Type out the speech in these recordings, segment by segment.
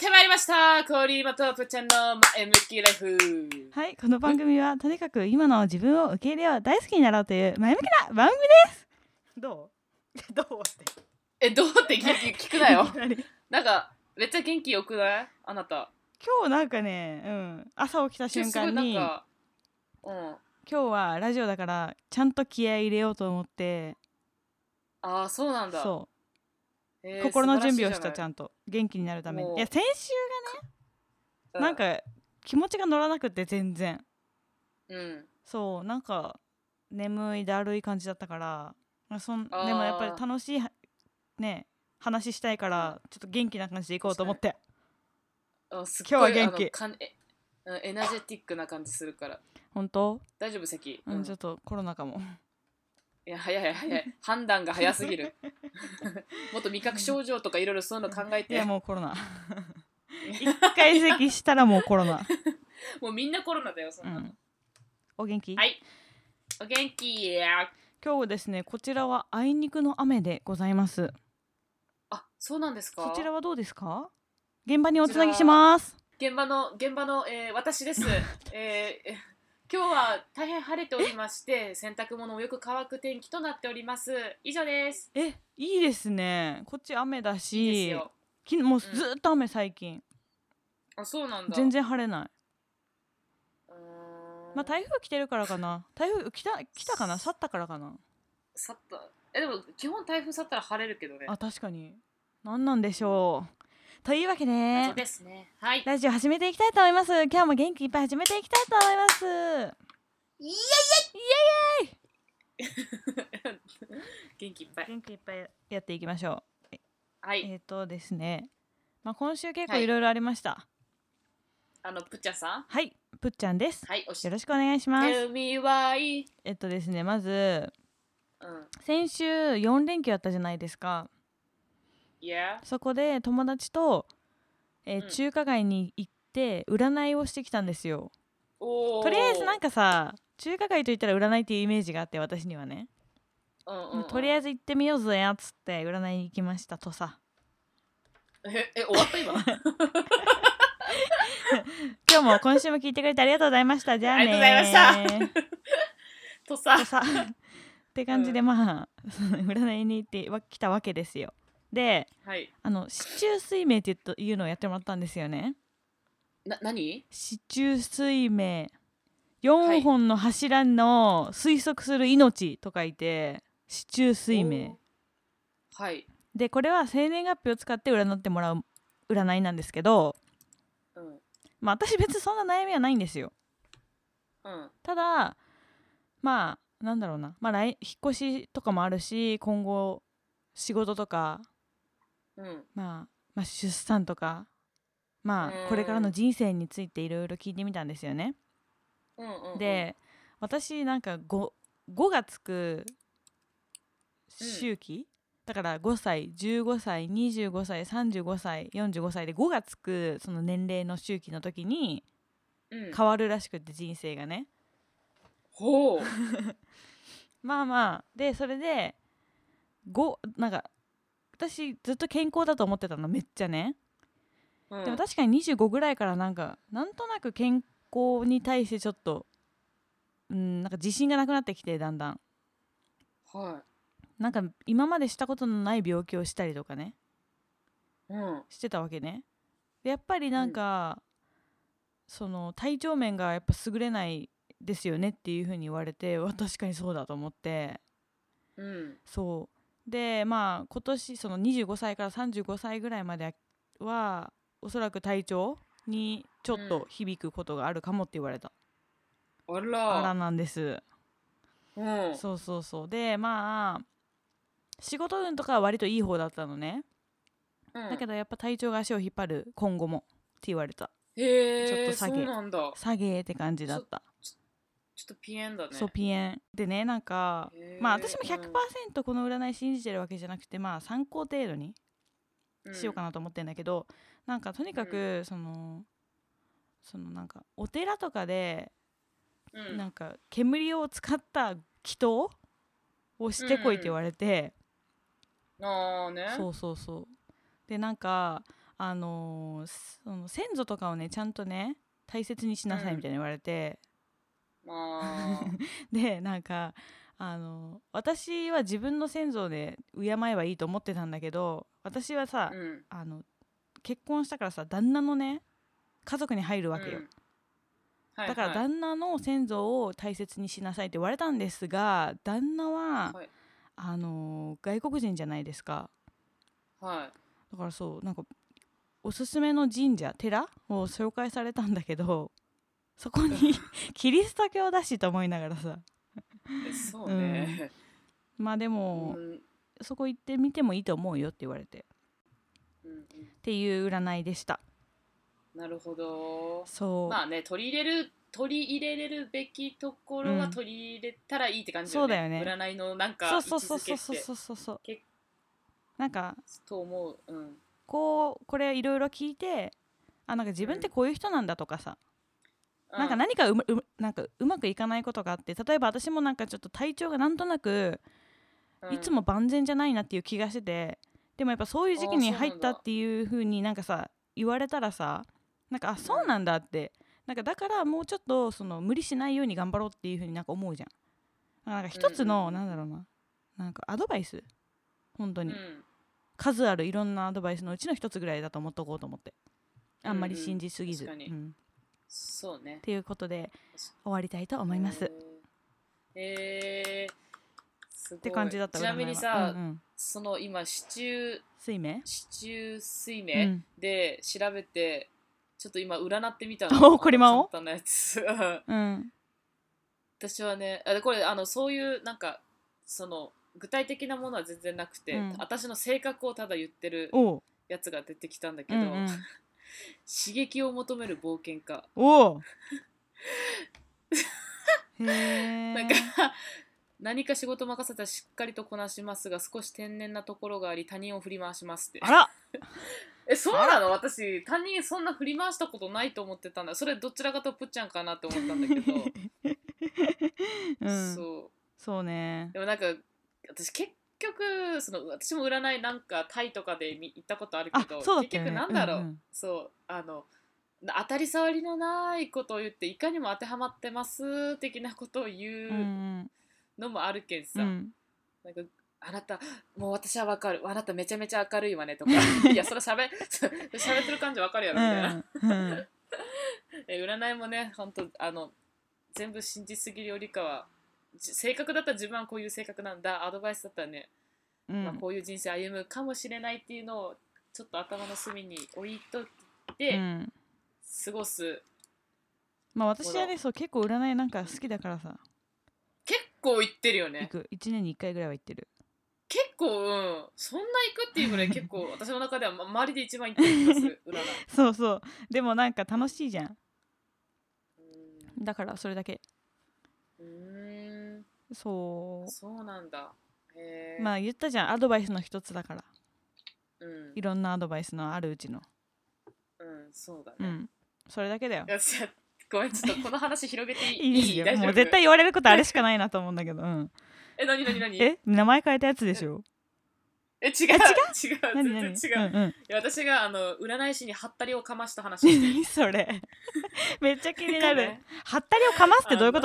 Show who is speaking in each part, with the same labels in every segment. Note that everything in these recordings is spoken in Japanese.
Speaker 1: ってまいりました。氷本ぷっちゃんの前向きライフ。
Speaker 2: はい、この番組はとにかく今の自分を受け入れよう、大好きになろうという前向きな番組です。どうどうって
Speaker 1: どうって聞くなよ。
Speaker 2: いきなり
Speaker 1: なんかめっちゃ元気よくないあなた。
Speaker 2: 今日なんかね、朝起きた瞬間に
Speaker 1: 今
Speaker 2: 日はラジオだからちゃんと気合い入れようと思って、
Speaker 1: ああそうなんだ。
Speaker 2: そう、心の準備をした、ちゃ
Speaker 1: ん
Speaker 2: んと元気になるために。
Speaker 1: もう
Speaker 2: いや先週がね、なんか気持ちが乗らなくて全然、そうなんか眠いだるい感じだったから、でもやっぱり楽しいね話したいからちょっと元気な感じでいこうと思って、
Speaker 1: 今
Speaker 2: 日は元気。
Speaker 1: エナジェティックな感じするから。
Speaker 2: 本当？
Speaker 1: 大丈夫席、
Speaker 2: ちょっとコロナかも。
Speaker 1: いや早い判断が早すぎる。もっと味覚症状とかいろいろそういうの考えて。
Speaker 2: いやもうコロナ。一回咳したらもうコロナ。
Speaker 1: もうみんなコロナだよそんなの。
Speaker 2: お元気？
Speaker 1: はい、お元気や。
Speaker 2: 今日ですね、こちらはあいにくの雨でございます。
Speaker 1: あ、そうなんですか。
Speaker 2: そちらはどうですか？現場におつなぎします。
Speaker 1: 現場の、私です。今日は大変晴れておりまして洗濯物もよく乾く天気となっております。以上です。
Speaker 2: いいですね。こっち雨だし、
Speaker 1: いいですよ。
Speaker 2: もうずっと雨最近。
Speaker 1: あ、そうなんだ。
Speaker 2: 全然晴れない。まあ台風来てるからかな。台風来たかな、去ったからかな。
Speaker 1: 去った。でも基本台風去ったら晴れるけどね。
Speaker 2: あ、確かに。何なんでしょう。というわけで、
Speaker 1: そうですね。はい。
Speaker 2: ラジオ始めていきたいと思います。今日も元気いっぱい始めていきたいと思います。
Speaker 1: イエイイエイ元気いっぱい。
Speaker 2: 元気いっぱいやっていきましょう。
Speaker 1: はい。
Speaker 2: ですね。今週結構いろいろありました。
Speaker 1: ぷっちゃんさん。
Speaker 2: はい、ぷっちゃんです。
Speaker 1: はい、
Speaker 2: よろしくお願いします。
Speaker 1: Tell me why。
Speaker 2: ですね、まず、先週4連休やったじゃないですか。そこで友達と、中華街に行って占いをしてきたんですよ。とりあえずなんかさ、中華街といったら占いっていうイメージがあって、私にはね、とりあえず行ってみようぜっつって占いに行きましたとさ。
Speaker 1: 終わった今
Speaker 2: 今日も今週も聞いてくれてありがとうございました。じゃあねー。
Speaker 1: ありがとうございましたとさ
Speaker 2: って感じで、占いに行ってきたわけですよ。で、四柱推命っていうのをやってもらったんですよね。
Speaker 1: 何？
Speaker 2: 四柱推命、4本の柱の推測する命と書いて四柱推命。でこれは生年月日を使って占ってもらう占いなんですけど、私別にそんな悩みはないんですよ。ただなんだろうな、引っ越しとかもあるし、今後仕事とか、出産とか、これからの人生についていろいろ聞いてみたんですよね。で、私なんか 5がつく周期、だから5歳、15歳、25歳、35歳、45歳で5がつくその年齢の周期の時に変わるらしくて、人生がね。
Speaker 1: ほう
Speaker 2: でそれでなんか私ずっと健康だと思ってたの、めっちゃね。でも確かに25ぐらいからなんとなく健康に対してちょっとなんか自信がなくなってきて、だんだんなんか今までしたことのない病気をしたりとかね、してたわけね。でやっぱりなんか、その体調面がやっぱ優れないですよねっていう風に言われて、確かにそうだと思って、そうで今年その25歳から35歳ぐらいまではおそらく体調にちょっと響くことがあるかもって言われた。あらなんです。そうで仕事運とかは割といい方だったのね。だけどやっぱ体調が足を引っ張る今後もって言われた。ちょっと下げって感じだった。
Speaker 1: ちょっとピエンだね。
Speaker 2: そうピエンでね、なんか私も 100% この占い信じてるわけじゃなくて、参考程度にしようかなと思ってんだけど、なんかとにかくそのなんかお寺とかで、なんか煙を使った祈祷をしてこいって言われて、そうでなんかその先祖とかをねちゃんとね大切にしなさいみたいに言われて、でなんか私は自分の先祖で敬えばいいと思ってたんだけど、私はさ、結婚したからさ旦那のね家族に入るわけよ、だから旦那の先祖を大切にしなさいって言われたんですが、旦那は、外国人じゃないですか、だからそうなんかおすすめの神社寺を紹介されたんだけど、そこにキリスト教だしと思いながらさ
Speaker 1: そうね、
Speaker 2: まあでも、そこ行ってみてもいいと思うよって言われて、っていう占いでした。
Speaker 1: なるほど。
Speaker 2: そう
Speaker 1: まあね、取り入れれるべきところは取り入れたらいいって感じだよね。
Speaker 2: そうだよね。
Speaker 1: 占いのなんか位置づけって
Speaker 2: なんか
Speaker 1: と思う。
Speaker 2: これいろいろ聞いて、なんか自分ってこういう人なんだとかさ、なんか何かなんかうまくいかないことがあって、例えば私もなんかちょっと体調がなんとなくいつも万全じゃないなっていう気がしてて、でもやっぱそういう時期に入ったっていう風になんかさ言われたらさ、なんかそうなんだって、なんかだからもうちょっとその無理しないように頑張ろうっていう風になんか思うじゃん。なんか一つの、なんだろうな、なんかアドバイス、本当に、数あるいろんなアドバイスのうちの一つぐらいだと思っとこうと思って、あんまり信じすぎず、
Speaker 1: そうね。
Speaker 2: っていうことで終わりたいと思います。
Speaker 1: すごい
Speaker 2: って感じだった。
Speaker 1: ちなみにさ、その今四柱推命で調べて、ちょっと今占ってみたの。
Speaker 2: これまお
Speaker 1: 簡単なやつ。私はね、これそういうなんかその具体的なものは全然なくて、私の性格をただ言ってるやつが出てきたんだけど、刺激を求める冒険家。なんか何か仕事を任せたらしっかりとこなしますが、少し天然なところがあり他人を振り回しますって。
Speaker 2: あら
Speaker 1: そうなの？私他人そんな振り回したことないと思ってたんだ。それどちらかとぷっちゃんかなって思ったんだけど
Speaker 2: そうね。
Speaker 1: でもなんか私結局私も占いなんかタイとかで行ったことあるけど、結局なんだろう、そう当たり障りのないことを言っていかにも当てはまってます的なことを言うのもあるけんさ、なんかあなたもう私は分かる、あなためちゃめちゃ明るいわねとかいやそれしゃべってる感じ分かるやろみたいな占いもね、ほんと全部信じすぎるよりかは、性格だったら自分はこういう性格なんだ、アドバイスだったらね、こういう人生歩むかもしれないっていうのをちょっと頭の隅に置いといて、過ごす。
Speaker 2: まあ私はね、そう結構占いなんか好きだからさ、
Speaker 1: 結構行ってるよね。
Speaker 2: 行く、1年に1回ぐらいは行ってる。
Speaker 1: 結構そんな行くっていうぐらい結構私の中では周りで一番行ってる気がする占い
Speaker 2: そうそう、でもなんか楽しいじゃん。だからそれだけ。
Speaker 1: そうなんだ。
Speaker 2: まあ言ったじゃん、アドバイスの一つだから、いろんなアドバイスのあるうちの
Speaker 1: そうだね、
Speaker 2: それだけだよ。
Speaker 1: ごめん、ちょっとこの話広げていい？
Speaker 2: いいですよ。もう絶対言われることあれしかないなと思うんだけど。何名前変えたやつでしょ？
Speaker 1: 違う全然違う。私が占い師にハッタリをかました話して
Speaker 2: 何それめっちゃ気になる。ハッタリをかますってどういうこと？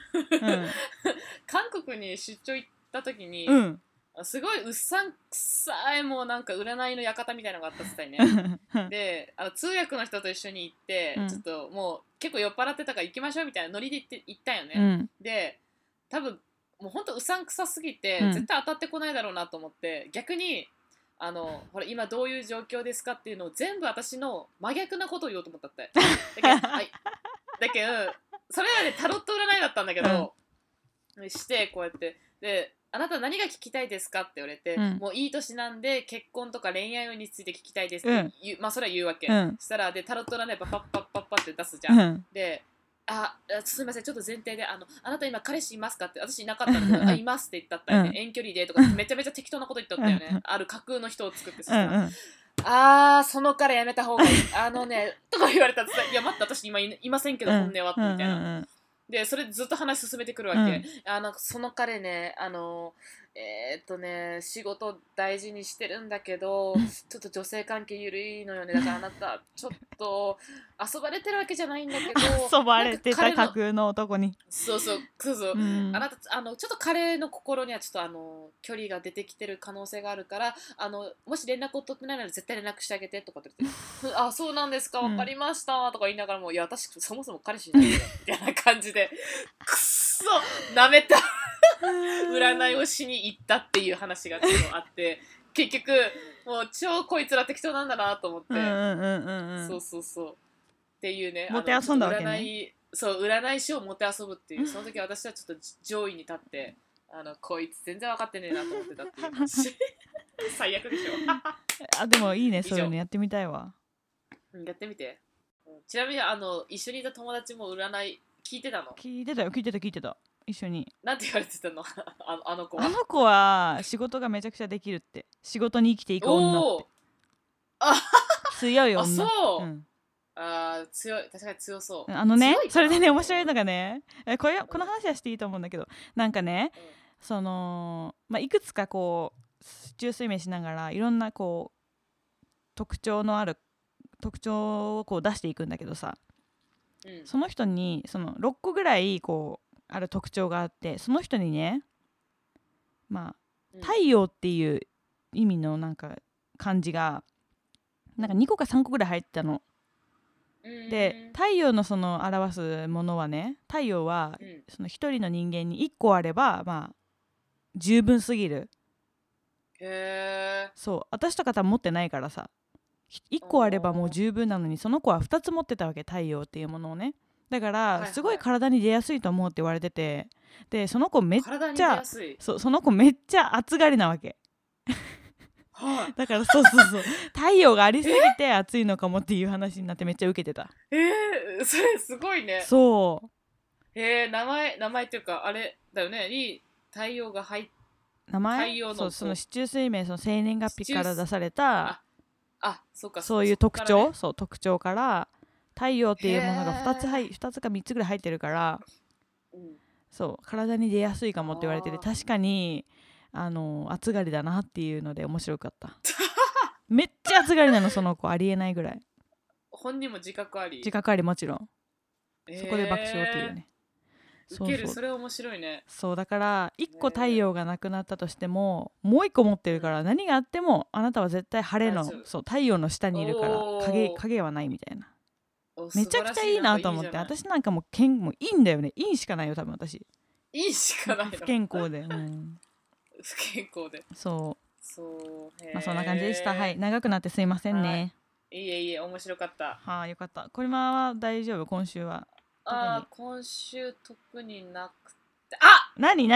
Speaker 1: 韓国に出張行った時に、すごいうっさんくさいもうなんか占いの館みたいなのがあったっつったりねで通訳の人と一緒に行って、ちょっともう結構酔っ払ってたから行きましょうみたいなノリで行ったよね、で多分もうほんとうさんくさすぎて、絶対当たってこないだろうなと思って、逆にほら今どういう状況ですかっていうのを全部私の真逆なことを言おうと思ったってだけどそれはねタロット占いだったんだけど、してこうやってであなた何が聞きたいですかって言われて、もういい年なんで結婚とか恋愛について聞きたいですってまあそれは言うわけ、そしたらでタロット占いパッパッパッパッパッって出すじゃん、ですみませんちょっと前提であなた今彼氏いますかって、私いなかったんでいますって言ったったらね、遠距離でとかめちゃめちゃ適当なこと言っとったよね、ある架空の人を作ってさ、その彼やめた方がいいとか言われたらいや待って私今いませんけど本音はみたいな、でそれずっと話進めてくるわけ、その彼ね仕事大事にしてるんだけどちょっと女性関係緩いのよね。だからあなたちょっと遊ばれてるわけじゃないんだけど
Speaker 2: 遊ばれてた架空の男に。
Speaker 1: そうそう、あなたちょっと彼の心にはちょっと距離が出てきてる可能性があるからもし連絡を取ってないなら絶対連絡してあげてとかって言ってあ、そうなんですか、わかりましたとか言いながらも、いや私そもそも彼氏いないよみたいな感じでくっそなめた占いをしに行ったっていう話がちょっとあって結局もう超こいつら適当なんだなと思って、そうっていうね、
Speaker 2: もてあそんだわけね。
Speaker 1: 占い師をもてあそぶっていう、その時私はちょっと上位に立ってこいつ全然分かってねえなと思ってたっていう話最悪でしょ
Speaker 2: あ、でもいいね、そういうのやってみたいわ。
Speaker 1: やってみて。ちなみに一緒にいた友達も占い聞いてたの？
Speaker 2: 聞いてた一緒に。
Speaker 1: なんて言われてたのあの子は。
Speaker 2: あの子は仕事がめちゃくちゃできるって。仕事に生きていく女って。強い女。
Speaker 1: あ、そう。強い、確かに強そう。
Speaker 2: それでね、面白いのがね、この話はしていいと思うんだけど、なんかね、いくつかこう市中睡眠しながらいろんなこう特徴をこう出していくんだけどさ、その人に6個ぐらいこうある特徴があって、その人にね、太陽っていう意味のなんか漢字がなんか2個か3個ぐらい入ってたの。で、太陽の表すものはね、太陽は一人の人間に1個あれば十分すぎる。そう、私とか多分持ってないからさ、1個あればもう十分なのに、その子は2つ持ってたわけ、太陽っていうものをね。だからすごい体に出やすいと思うって言われてて、でその子めっちゃその子めっちゃ暑がりなわけだからそう太陽がありすぎて暑いのかもっていう話になってめっちゃウケてた。
Speaker 1: それすごいね。
Speaker 2: そう
Speaker 1: 名前っていうかあれだよね、に太陽が入って、
Speaker 2: 名前その市中水明、生年月日から出されたそういう特徴から太陽っていうものが2つか3つぐらい入ってるから、そう体に出やすいかもって言われてて、確かに暑がりだなっていうので面白かっためっちゃ暑がりなの、その子。ありえないぐらい。
Speaker 1: 本人も自覚あり？
Speaker 2: 自覚あり、もちろん。そこで爆笑っていうね。
Speaker 1: ウケる。それ面白いね。
Speaker 2: そうだから1個太陽がなくなったとしてももう1個持ってるから、何があってもあなたは絶対晴れの太陽の下にいるから影はないみたいな。めちゃくちゃいいなと思って。私なんかもういいんだよね。いいしかないよ多分私。
Speaker 1: いいしかないの。
Speaker 2: 不健康で、
Speaker 1: 不健康で。
Speaker 2: そうそんな感じでした。はい、長くなってすいませんね。
Speaker 1: いえ面白かった。
Speaker 2: よかった。これは大丈夫？今週は
Speaker 1: 今週特になくて、
Speaker 2: 何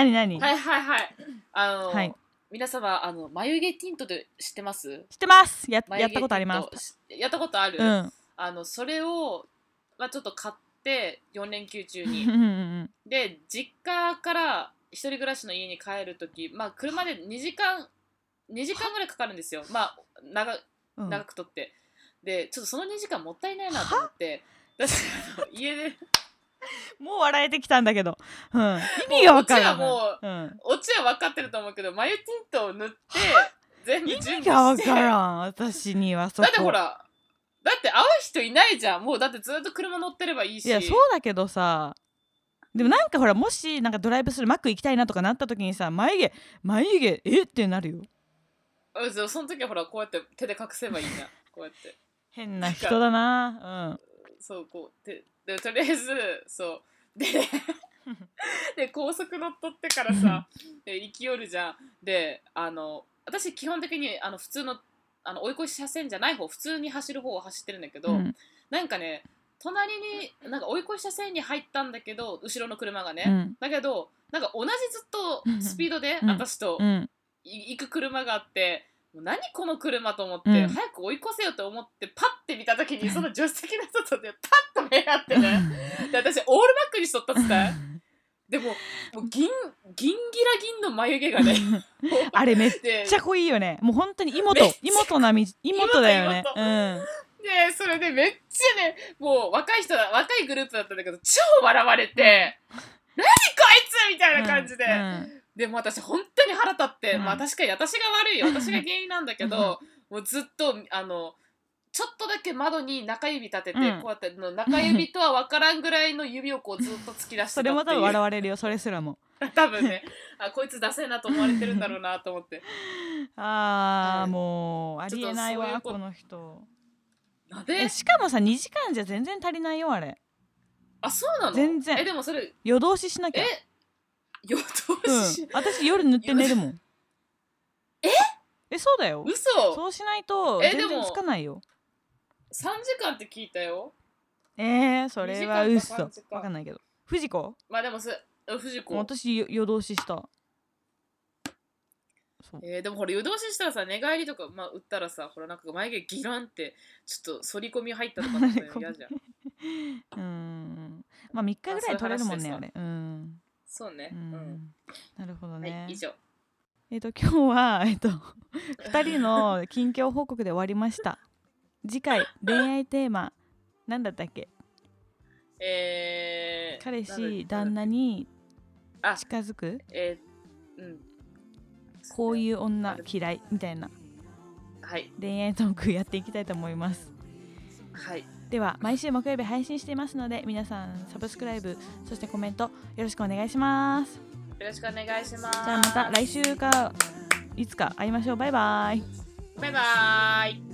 Speaker 1: はい、皆様眉毛ティントで知ってます？
Speaker 2: 知ってます。やったことあります。
Speaker 1: やったことある？それをちょっと買って4連休中にで実家から一人暮らしの家に帰るとき、車で2時間ぐらいかかるんですよ。長くとって、でちょっとその2時間もったいないなと思って私家で
Speaker 2: もう笑えてきたんだけど、意味が分からない。
Speaker 1: オチは分かってると思うけど、眉ティントを塗って全部準備して、
Speaker 2: 意味が分からん私には。
Speaker 1: だってほら、だって会う人いないじゃん。もうだってずっと車乗ってればいいし。
Speaker 2: いやそうだけどさ、でもなんかほら、もしなんかドライブするマック行きたいなとかなった時にさ、眉毛ってなるよ。
Speaker 1: その時はほらこうやって手で隠せばいいな。こうやって
Speaker 2: 変な人だな。
Speaker 1: そうこうでとりあえずで高速乗っとってからさ行き寄るじゃん。で私基本的に普通の追い越し車線じゃない方、普通に走る方を走ってるんだけど、なんかね隣になんか追い越し車線に入ったんだけど、後ろの車がね、だけどなんか同じずっとスピードで私と行く車があって、何この車と思って、早く追い越せよと思ってパッて見た時にその助手席の人とでパッと目が合ってねで私オールバックにしとったっつってでもギンギラギンの眉毛がね
Speaker 2: あれめっちゃ濃いよね。もう本当に妹だよね。
Speaker 1: でそれでめっちゃね、もう若いグループだったんだけど超笑われて、何こいつみたいな感じで、 でも私本当に腹立って、まあ確かに私が悪いよ、私が原因なんだけどもうずっとちょっとだけ窓に中指立てて、こうやって中指とは分からんぐらいの指をこうずっと突き出してたっていう
Speaker 2: それも多分笑われるよ、それすらも
Speaker 1: 多分ね、こいつダセえなと思われてるんだろうなと思って
Speaker 2: もうありえないわこの人。
Speaker 1: なんで
Speaker 2: しかもさ2時間じゃ全然足りないよあれ。
Speaker 1: そうなの？
Speaker 2: 全然。
Speaker 1: でもそれ
Speaker 2: 夜通ししなきゃ。
Speaker 1: 夜通し、
Speaker 2: 私夜塗って寝るもん。そうだよ。
Speaker 1: 嘘。
Speaker 2: そうしないと全然つかないよ。
Speaker 1: 3時間って聞いたよ。
Speaker 2: それは嘘。わかんないけど。藤子？
Speaker 1: まあでも藤子。
Speaker 2: 私夜通しした。
Speaker 1: でもほら夜通ししたらさ、寝返りとか打ったらさ、ほらなんか眉毛ギランってちょっと反り込み入ったとかって嫌じゃん。
Speaker 2: まあ3日ぐらい取れるもんねあれ。
Speaker 1: そうね。
Speaker 2: なるほどね。
Speaker 1: 以上。
Speaker 2: 今日は2人の近況報告で終わりました。次回恋愛テーマなんだったっけ？彼氏旦那に近づく？こういう女嫌いみたいな恋愛トークやっていきたいと思います。では毎週木曜日配信していますので、皆さんサブスクライブ、そしてコメントよろしくお願いします。
Speaker 1: よろしくお願いします。
Speaker 2: じゃあまた来週かいつか会いましょう。バイバイ。
Speaker 1: バイバイ。